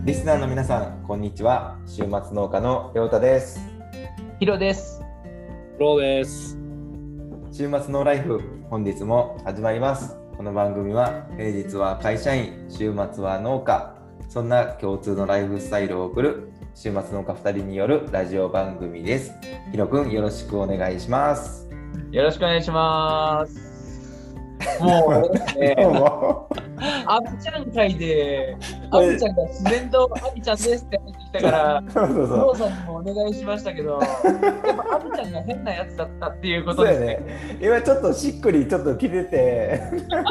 リスナーの皆さん、こんにちは。週末農家のりょうたです。 ひろです。 ローです。 週末のライフ、本日も始まります。この番組は平日は会社員、週末は農家、そんな共通のライフスタイルを送る週末農家2人によるラジオ番組です。ひろくん、よろしくお願いします。 よろしくお願いします。もうね、あみちゃん会で、あみちゃんが自然とあみちゃんですって入ってきたから、お父さんにもお願いしましたけど、やっぱあみちゃんが変なやつだったっていうことですね。 今ちょっとしっくりちょっと切れて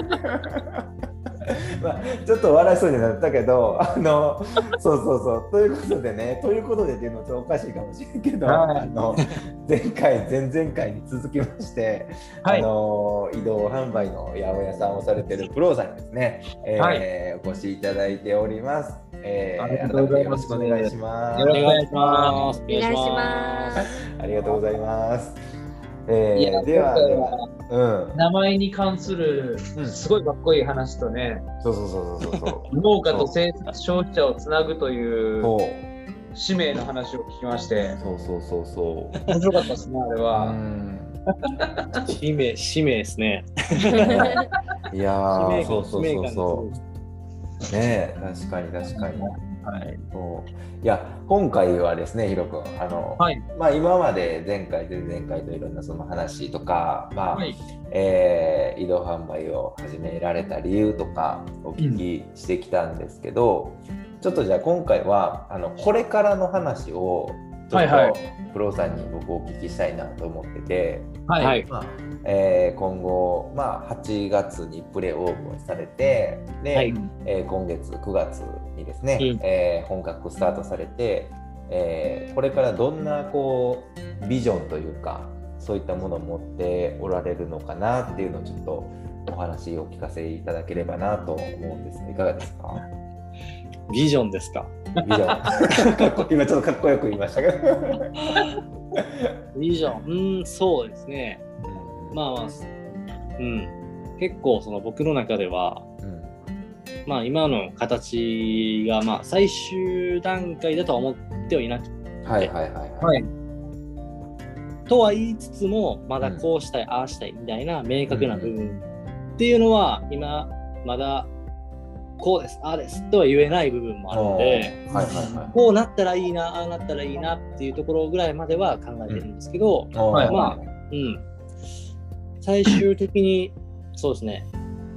まあ、ちょっと笑いそうになったけど、そうということでね、ということでっていうのはちょっとおかしいかもしれんけど、はい、前々回に続きまして、はい、移動販売の八百屋さんをされてるプロさんにですね、お越しいただいております。改めてよろしくお願いします。 お願いします。 お願いします。 ありがとうございます。 では、名前に関するすごいかっこいい話とね、農家と生産消費者をつなぐという使命の話を聞きまして、面白かったですね、あれは。 使命ですね。 いやー、そうね、確かに。はい、いや今回はですね、ひろくん、今まで前回前々回といろんなその話とか、移動販売を始められた理由とかお聞きしてきたんですけど、ちょっとじゃあ今回はこれからの話をちょっとプロさんに僕お聞きしたいなと思ってて、今後、8月にプレオープンされて、で、今月9月にですね、本格スタートされて、これからどんなビジョンというかそういったものを持っておられるのかなっていうのをちょっとお話をお聞かせいただければなと思うんですが、いかがですか？ ビジョンですか？ ビジョン今ちょっとかっこよく言いましたけどビジョン、そうですね。結構その僕の中では、今の形が最終段階だとは思ってはいなくて、とは言いつつもまだこうしたい、ああしたいみたいな明確な部分っていうのは今まだこうです、ああですとは言えない部分もあるので、こうなったらいいな、ああなったらいいなっていうところぐらいまでは考えてるんですけど、最終的にそうですね、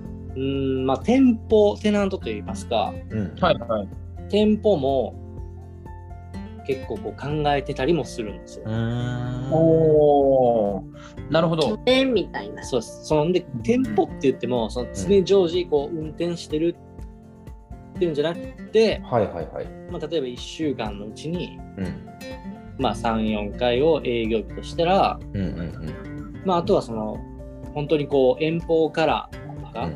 テナントといいますか、店舗も結構考えてたりもするんですよ。 なるほど。 拠点みたいな。 そうです。そので店舗って言ってもその常常時運転してるっていうんじゃなくて、例えば1週間のうちに、3、4回を営業日としたら、あとはその本当に遠方からとか、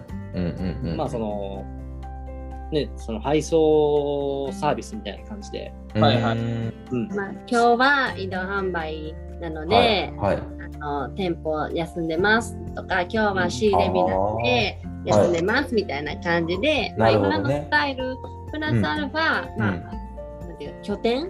その配送サービスみたいな感じで、 今日は移動販売なので、店舗休んでますとか、今日は仕入れ日なので休んでますみたいな感じで、今のスタイルプラスアルファ、拠点、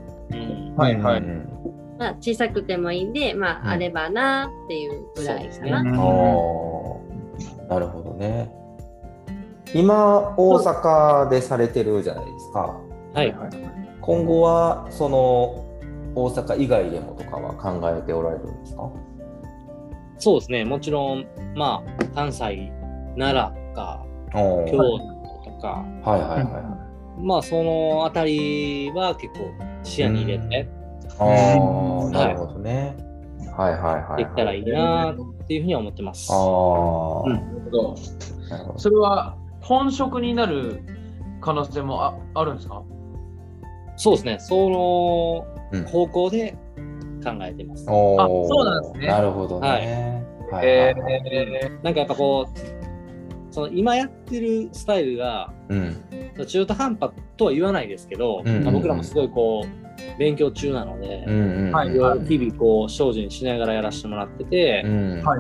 小さくてもいいんで、あればなっていうぐらいかな。 なるほどね。今大阪でされてるじゃないですか。今後はその大阪以外でもとかは考えておられるんですか？ そうですね。もちろん関西、奈良とか京都とか、そのあたりは結構視野に入れて、 なるほどね。 できたらいいなっていうふうには思ってます。 なるほど。それは本職になる可能性も あるんですか？ そうですね。その方向で考えてます。 そうなんですね。 なるほどね。 なんかやっぱその今やってるスタイルが、中途半端とは言わないですけど、僕らもすごい勉強中なので、日々精進しながらやらせてもらってて、やっぱ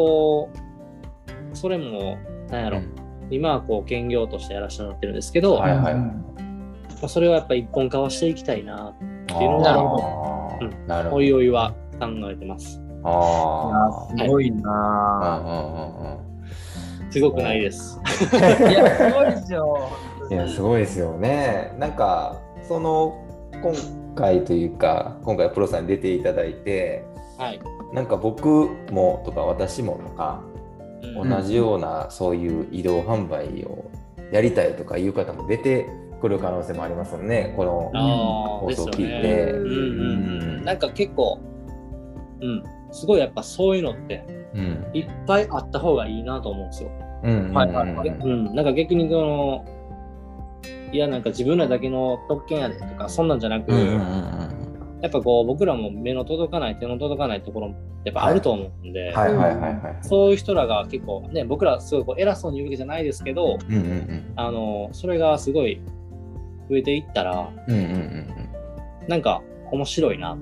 それもなんやろ、今は兼業としてやらせてもらってるんですけど、 それはやっぱ一本化はしていきたいなっていうのが、おいおいは考えてます。 すごいな。 すごくないです。 いや、すごいですよ。 いや、すごいですよね。なんかその今回というか、今回プロさんに出ていただいて、はい、なんか僕もとか私もとか、同じようなそういう移動販売をやりたいとかいう方も出てくる可能性もありますよね、この放送を聞いて。 なんか結構、すごいやっぱそういうのっていっぱいあった方がいいなと思うんですよ。なんか逆にいやなんか自分らだけの特権やでとかそんなんじゃなく、やっぱこう僕らも目の届かない手の届かないところもやっぱあると思うんで、そういう人らが結構ね、僕らすごいこう偉そうに言うわけじゃないですけど、それがすごい増えていったら、なんか面白いな。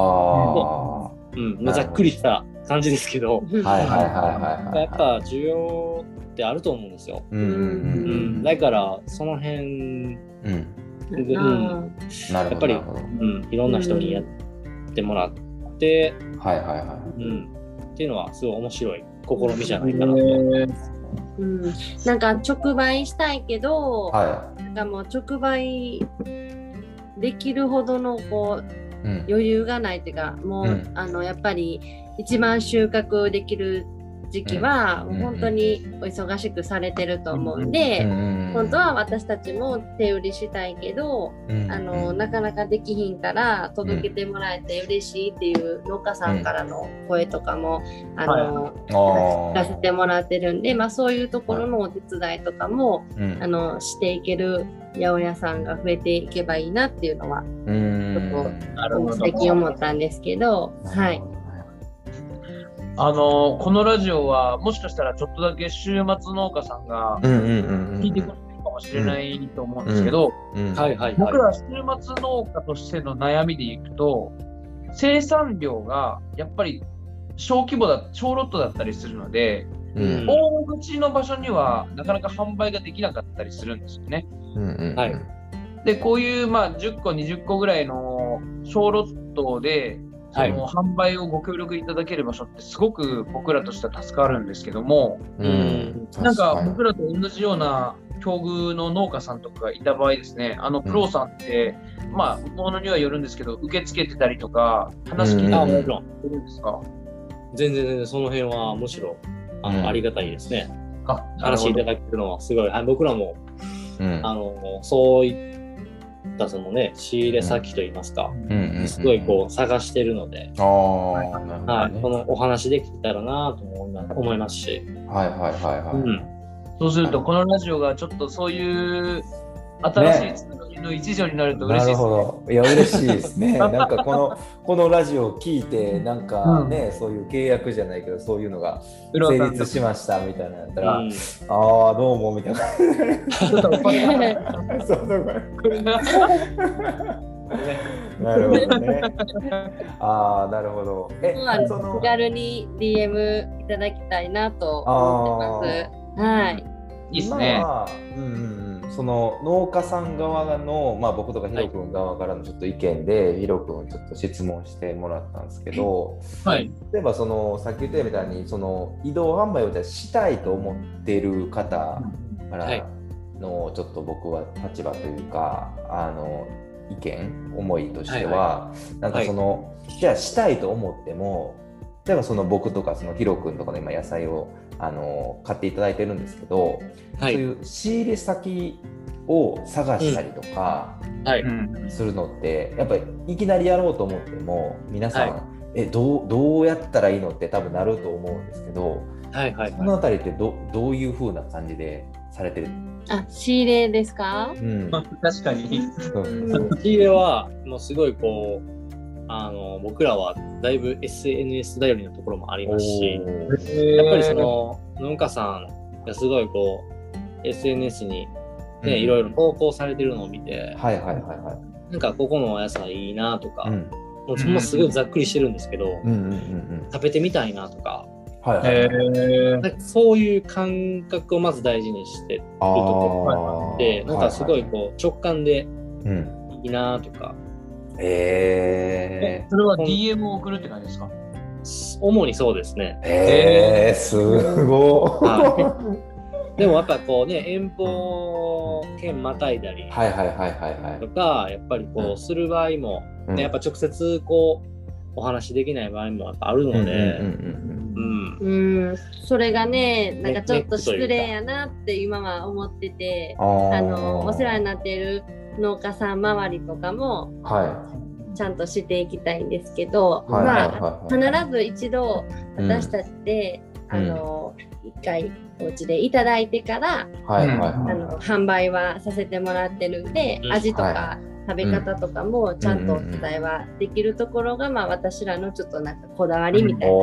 ざっくりした感じですけど、やっぱ需要ってあると思うんですよ。だからその辺、やっぱり、いろんな人にやってもらって、っていうのはすごい面白い試みじゃないかなと思います。 なんか直売したいけど、なんかもう直売できるほどのこう、余裕がないっていうか、もう、やっぱり一番収穫できる時期は本当にお忙しくされてると思うんで、本当は私たちも手売りしたいけど、なかなかできひんから届けてもらえて嬉しいっていう農家さんからの声とかも聞かせてもらってるんで、そういうところのお手伝いとかもしていける八百屋さんが増えていけばいいなっていうのはちょっと最近思ったんですけど、はい。 このラジオはもしかしたらちょっとだけ週末農家さんが聞いてくれてるかもしれないと思うんですけど、僕ら週末農家としての悩みでいくと、生産量がやっぱり小ロットだったりするので、大口の場所にはなかなか販売ができなかったりするんですよね。でこういう10個20個ぐらいの小ロットでその販売をご協力いただける場所ってすごく僕らとしては助かるんですけども、なんか僕らと同じような境遇の農家さんとかがいた場合ですね、プロさんってものにはよるんですけど受け付けてたりとか話聞いてもちろんするんですか？ 全然その辺はむしろありがたいですね。話いただけるのはすごい、僕らもそういったそのね、仕入れ先といいますか、すごいこう探してるので、このお話できたらなと思いますし、 そうするとこのラジオがちょっとそういう新しいつながりの一助になると嬉しいですね。 なるほど。いや嬉しいですね。なんかこのラジオを聞いてなんかね、そういう契約じゃないけどそういうのが成立しましたみたいなやったら、どうもみたいな。なるほどね。なるほど。 気軽に DM いただきたいなと思ってます。はい。 いいですね。 その農家さん側の、僕とかヒロ君側からのちょっと意見で、ヒロ君ちょっと質問してもらったんですけど、例えばさっき言ったみたいにその移動販売をしたいと思っている方からのちょっと僕は立場というか意見思いとしては、なんかじゃあしたいと思っても、例えば僕とかヒロ君とかの今野菜を買っていただいてるんですけど、そういう仕入れ先を探したりとかするのって、やっぱりいきなりやろうと思っても皆さん、どうやったらいいのって多分なると思うんですけど、そのあたりってどういう風な感じでされてる？ 仕入れですか？ 確かに。 仕入れはもうすごいこう僕らはだいぶ SNS 頼りのところもありますし、やっぱりその農家さんがすごいこう SNS にね、いろいろ投稿されてるのを見て、なんかここのお野菜いいなとか、もうすごいざっくりしてるんですけど、食べてみたいなとか、そういう感覚をまず大事にしてるところがあって、なんかすごいこう直感でいいなとか。 それは DM を送るって感じですか？ 主にそうですね。 すごい。でもやっぱこうね、遠方県またいだりとか、やっぱりこうする場合も、ね、やっぱ直接こうお話できない場合もやっぱあるので、 それがね、なんかちょっと失礼やなって今は思ってて、お世話になっている農家さん周りとかも、ちゃんとしていきたいんですけど、必ず一度私たちで、一回お家でいただいてから販売はさせてもらってるんで、味とか食べ方とかもちゃんとお伝えはできるところが、私らのちょっとなんかこだわりみたいな。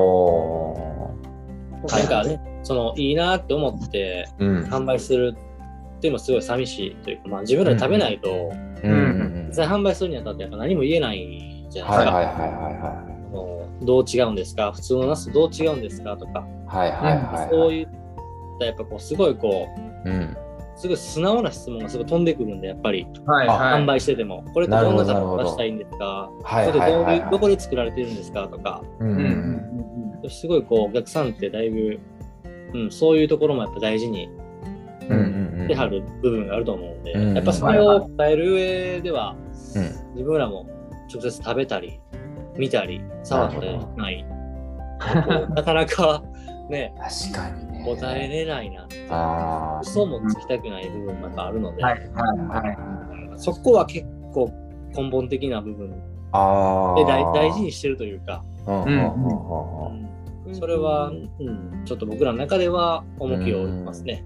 なんかね、いいなって思って販売するっていうのはすごい寂しいというか、自分らで食べないと実際販売するにあたってやっぱ何も言えないじゃないですか。どう違うんですか、普通のナスどう違うんですかとか、そういったやっぱこうすごいこう、すごい素直な質問がすごい飛んでくるんで、やっぱり販売してても、これってどんな食べ方したいんですか、これどこで作られてるんですかとか、すごいこうお客さんってだいぶ、そういうところもやっぱ大事にしてはる部分があると思うんで、やっぱそれを伝える上では、自分らも直接食べたり見たり触ってない、なかなかね、答えれないな、嘘もつきたくない部分もやっぱあるので、そこは結構根本的な部分で大事にしてるというか、それは、ちょっと僕らの中では重きを置いてますね。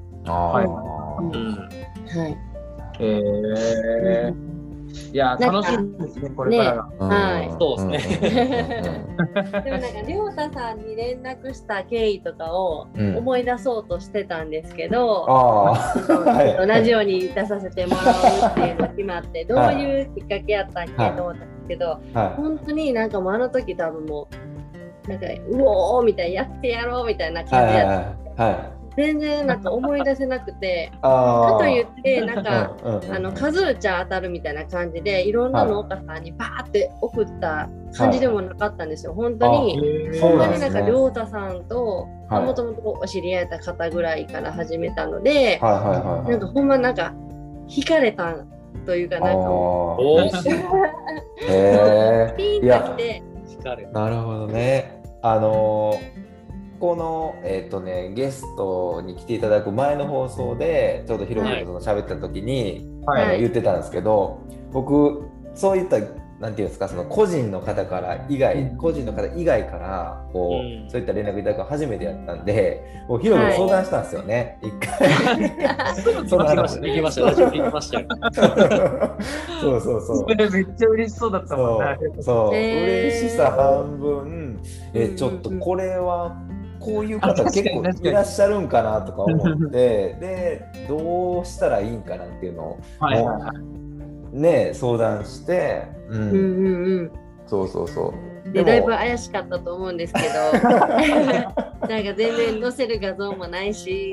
いや、楽しいですね、これからが。 そうですね。 でもなんか、りょうたさんに連絡した経緯とかを思い出そうとしてたんですけど、ラジオに出させてもらうっていうのが決まって、どういうきっかけやったっけと思ったんですけど、本当になんかもうあの時多分もう、なんか、うおーみたいな、やってやろうみたいな感じやった。全然なんか思い出せなくて、かといってなんか数打ちゃ当たるみたいな感じでいろんな農家さんにバーって送った感じでもなかったんですよ。本当にほんまになんかりょうたさんともともとお知り合いた方ぐらいから始めたので、なんかほんまなんか惹かれたというか、なんかもうピンときて惹かれた。 なるほどね。この、ゲストに来ていただく前の放送でちょうどヒロ君と喋った時に、言ってたんですけど、僕そういったなんていうんですか、その個人の方以外からこう、そういった連絡いただくの初めてやったんで、ヒロ君相談したんですよね、一回。 その話できました。ラジオできましたよ。 そう。めっちゃ嬉しそうだったもんね。 嬉しさ半分、ちょっとこれはこういう方結構いらっしゃるんかなとか思ってでどうしたらいいんかなっていうのをね相談して、そうでだいぶ怪しかったと思うんですけどなんか全然載せる画像もないし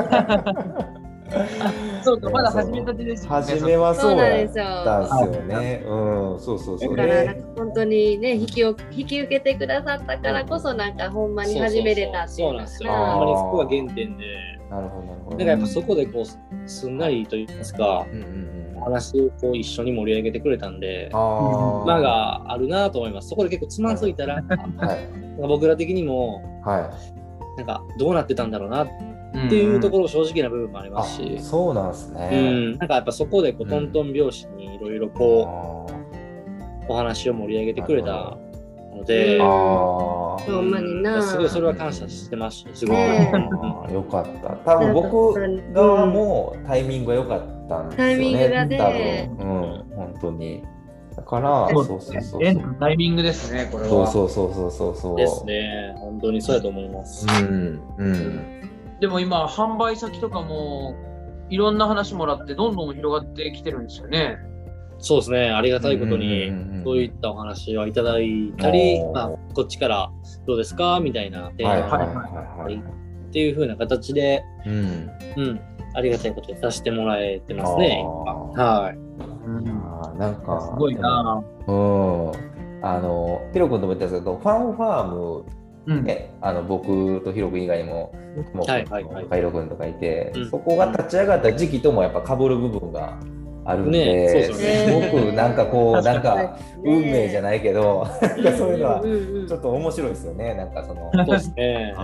そうか、まだ始めたてですよね。 初めはそうだったんですよね。 だからなんか本当にね引き受けてくださったからこそなんかほんまに始めれたっていう。 そうなんですよ。ほんまにそこが原点で。 なるほどなるほど。 だからやっぱそこでこうすんなりと言いますか、話をこう一緒に盛り上げてくれたんで、間があるなと思います。そこで結構つまずいたら、僕ら的にもなんかどうなってたんだろうなっていうところ正直な部分もありますし、 そうなんですね。 なんかやっぱそこでこうトントン拍子にいろいろこうお話を盛り上げてくれたので、 ほんまにな。 すごいそれは感謝してますし、すごいよかった。多分僕側もタイミングが良かったんですよね。 タイミングがね。 多分、本当に。だからタイミングですね、これは。 そうですね。本当にそうやと思います。 でも今販売先とかもいろんな話もらってどんどん広がってきてるんですよね。 そうですね、ありがたいことにそういったお話をいただいたり、こっちからどうですかみたいな提案っていう風な形で、ありがたいことにさせてもらえてますね。 なんかすごいな。 ヒロ君とも言ったんですけど、ファンファーム、ね、僕とヒロ君以外にも、カイロ君とかいて、そこが立ち上がった時期ともやっぱ被る部分があるんで、すごくなんかこう、なんか運命じゃないけど、そういうのはちょっと面白いですよね、なんかその。 そうですね。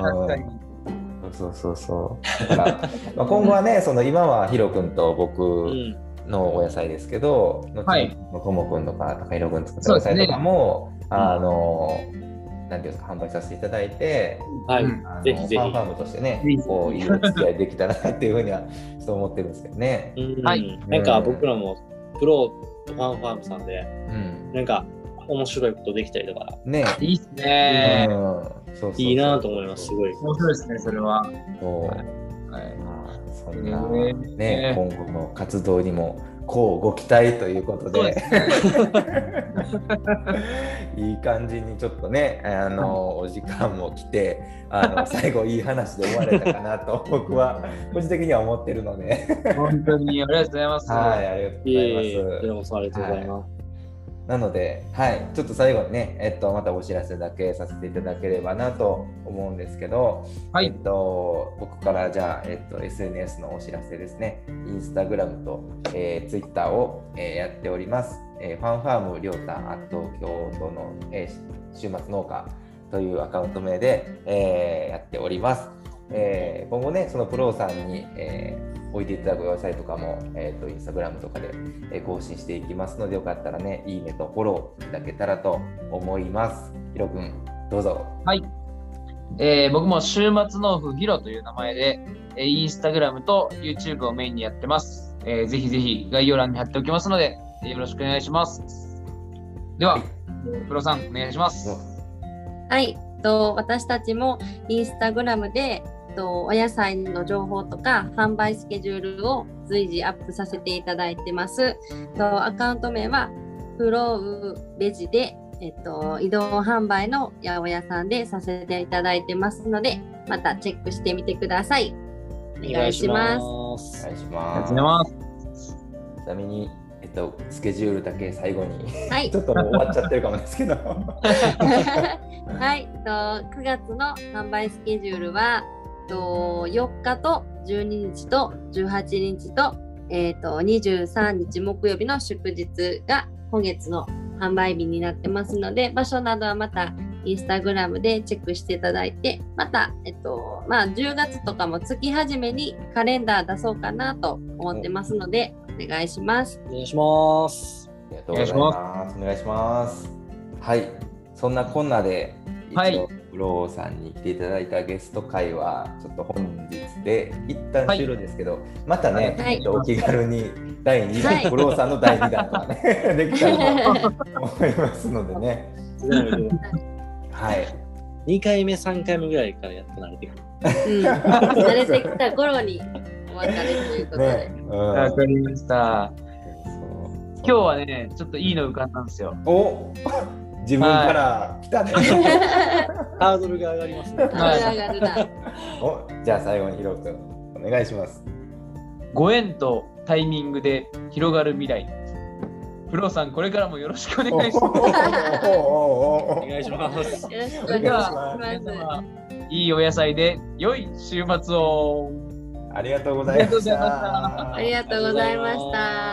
そう。だから、今後はね、今はヒロ君と僕のお野菜ですけど、とも君とか高弘君作ったお野菜とかも、なんていうんですか、販売させていただいて、 ぜひぜひファンファームとしてね、こういいお付き合いできたらなっていうふうにはちょっと思ってるんですけどね。 なんか僕らもプロファンファームさんで、なんか面白いことできたりとか、 ね、いいっすね。 いいなと思います。すごい面白いですね、それは。 そんなね、今後の活動にもこうご期待ということで、いい感じにちょっとね、お時間も来て、最後いい話で終われたかなと僕は個人的には思ってるので本当にありがとうございます。 はい、ありがとうございます。 ありがとうございます。 なので、ちょっと最後にね、またお知らせだけさせていただければなと思うんですけど、僕からじゃあ、SNS のお知らせですね、インスタグラムと、Twitter を、やっております。ファンファームりょうた東京都の、週末農家というアカウント名で、やっております。今後ね、そのプロさんに、置いていただくお野菜とかも、インスタグラムとかで、更新していきますので、よかったらね、いいねとフォローいただけたらと思います。ヒロ君、どうぞ。 はい。僕も週末農夫ヒロという名前で、インスタグラムと YouTube をメインにやってます。ぜひぜひ概要欄に貼っておきますので、よろしくお願いします。では、プロさん、お願いします。 はい。私たちもインスタグラムでお野菜の情報とか販売スケジュールを随時アップさせていただいてます。アカウント名はフロウベジで、移動販売の八百屋さんでさせていただいてますので、またチェックしてみてください。お願いします。 お願いします。 ありがとうございます。 ちなみにスケジュールだけ最後に、ちょっともう終わっちゃってるかもですけどはい、9月の販売スケジュールは4日と12日と18日と、23日木曜日の祝日が今月の販売日になってますので、場所などはまたインスタグラムでチェックしていただいて、また、10月とかも月始めにカレンダー出そうかなと思ってますので、お願いします。 お願いします。 ありがとうございます。お願いします。はい、そんなこんなで一度プロさんに来ていただいたゲスト会はちょっと本日で一旦終了ですけど、またね、お気軽に第2弾、プロさんの第2弾とかねできたらと思いますのでね。はい。 2回目3回目ぐらいからやっと慣れてくる。 慣れてきた頃にお別れということで。 わかりました。今日はね、ちょっといいの浮かんだんですよ。 お、自分から来たね。 ハードルが上がりますね。 じゃあ最後にヒロ君お願いします。 ご縁とタイミングで広がる未来。プロさん、これからもよろしくお願いします。 お願いします。 よろしくお願いします。 いいお野菜で良い週末を。 ありがとうございました。 ありがとうございました。